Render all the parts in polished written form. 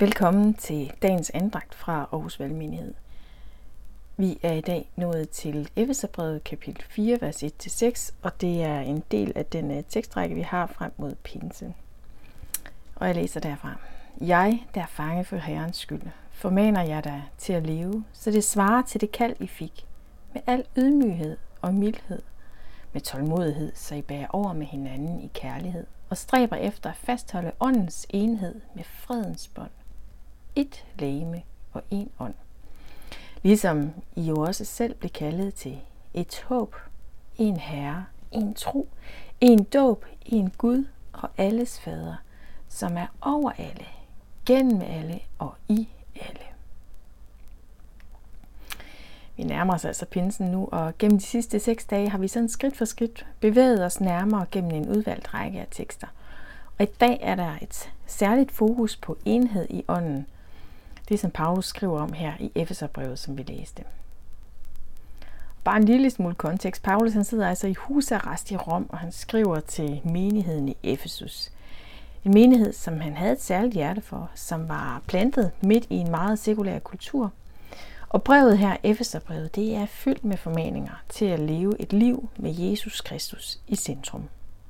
Velkommen til dagens andagt fra Aarhus Valgmenighed. Vi er i dag nået til Efeserbrevet kapitel 4, vers 1-6, og det er en del af den tekstrække, vi har frem mod pinse. Og jeg læser derfra. Jeg, der er fange for Herrens skyld, formaner jer dig til at leve, så det svarer til det kald, I fik, med al ydmyghed og mildhed, med tålmodighed, så I bærer over med hinanden i kærlighed, og stræber efter at fastholde åndens enhed med fredens bånd. Et legeme og en ånd. Ligesom I jo også selv blev kaldet til et håb, en herre, en tro, en dåb, en Gud og alles fader, som er over alle, gennem alle og i alle. Vi nærmer os altså pinsen nu, og gennem de sidste 6 dage har vi sådan skridt for skridt bevæget os nærmere gennem en udvalgt række af tekster. Og i dag er der et særligt fokus på enhed i ånden. Det som Paulus skriver om her i Efeserbrevet, som vi læste. Bare en lille smule kontekst. Paulus han sidder altså i husarrest i Rom, og han skriver til menigheden i Efesus. En menighed, som han havde et særligt hjerte for, som var plantet midt i en meget sekulær kultur. Og brevet her, Efeserbrevet, det er fyldt med formaninger til at leve et liv med Jesus Kristus i centrum.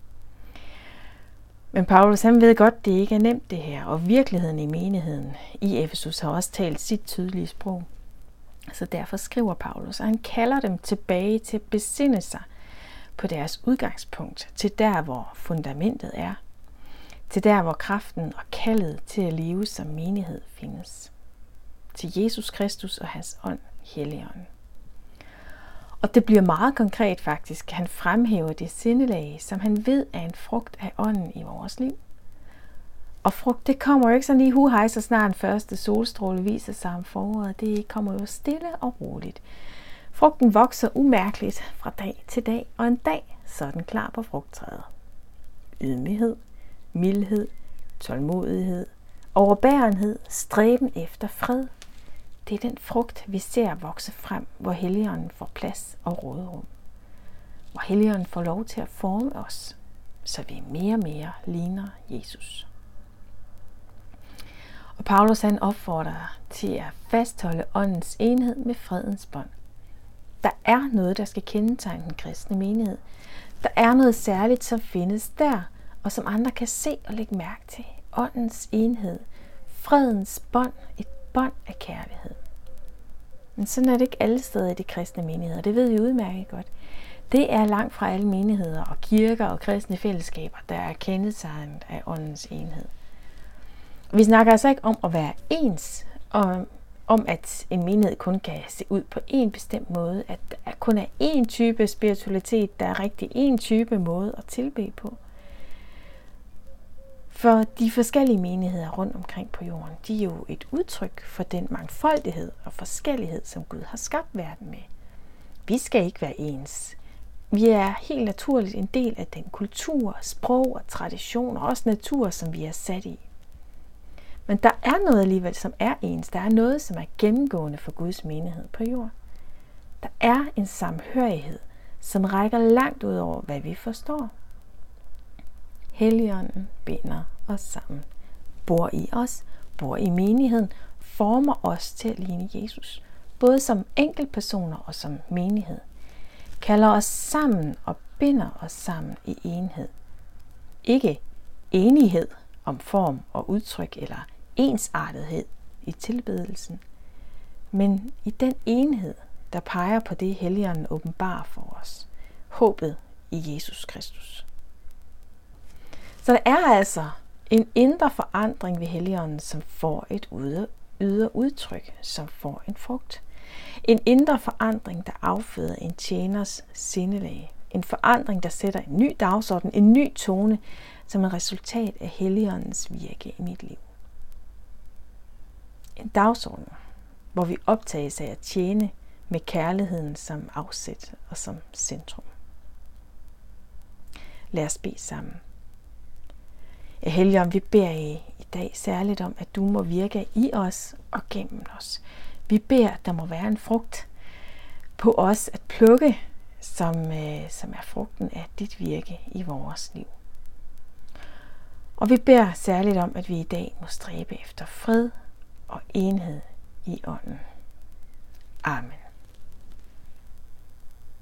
Men Paulus han ved godt, det ikke er nemt det her, og virkeligheden i menigheden i Efesus har også talt sit tydelige sprog. Så derfor skriver Paulus, og han kalder dem tilbage til at besinde sig på deres udgangspunkt, til der, hvor fundamentet er, til der, hvor kraften og kaldet til at leve som menighed findes. Til Jesus Kristus og hans ånd, Helligånden. Og det bliver meget konkret faktisk. Han fremhæver det sindelag, som han ved er en frugt af ånden i vores liv. Og frugt, det kommer jo ikke sådan lige huhej, så snart den første solstråle viser sig om foråret. Det kommer jo stille og roligt. Frugten vokser umærkeligt fra dag til dag, og en dag så er den klar på frugttræet. Ydmyghed, mildhed, tålmodighed, overbærenhed, stræben efter fred. Det er den frugt, vi ser vokse frem, hvor Helligånden får plads og råderum. Hvor Helligånden får lov til at forme os, så vi mere og mere ligner Jesus. Og Paulus han opfordrer til at fastholde åndens enhed med fredens bånd. Der er noget, der skal kendetegne den kristne menighed. Der er noget særligt, som findes der, og som andre kan se og lægge mærke til. Åndens enhed, fredens bånd, et bånd af kærlighed. Men sådan er det ikke alle steder i de kristne menigheder. Det ved vi udmærket godt. Det er langt fra alle menigheder og kirker og kristne fællesskaber, der er kendetegnet af åndens enhed. Vi snakker altså ikke om at være ens, og om at en menighed kun kan se ud på en bestemt måde, at der kun er én type spiritualitet, der er rigtig én type måde at tilbede på. For de forskellige menigheder rundt omkring på jorden, de er jo et udtryk for den mangfoldighed og forskellighed, som Gud har skabt verden med. Vi skal ikke være ens. Vi er helt naturligt en del af den kultur, sprog og tradition, og også natur, som vi er sat i. Men der er noget alligevel, som er ens. Der er noget, som er gennemgående for Guds menighed på jorden. Der er en samhørighed, som rækker langt ud over, hvad vi forstår. Helligånden binder os sammen, bor i os, bor i menigheden, former os til at ligne Jesus, både som enkeltpersoner og som menighed, kalder os sammen og binder os sammen i enhed. Ikke enighed om form og udtryk eller ensartethed i tilbedelsen, men i den enhed, der peger på det, Helligånden åbenbarer for os, håbet i Jesus Kristus. Så der er altså en indre forandring ved Helligånden, som får et ydre udtryk, som får en frugt. En indre forandring, der afføder en tjeners sindelag. En forandring, der sætter en ny dagsorden, en ny tone, som et resultat af Helligåndens virke i mit liv. En dagsorden, hvor vi optages af at tjene med kærligheden som afsæt og som centrum. Lad os bede sammen. Ja, Helligånd, vi beder i dag særligt om, at du må virke i os og gennem os. Vi beder, at der må være en frugt på os at plukke, som er frugten af dit virke i vores liv. Og vi beder særligt om, at vi i dag må stræbe efter fred og enhed i ånden. Amen.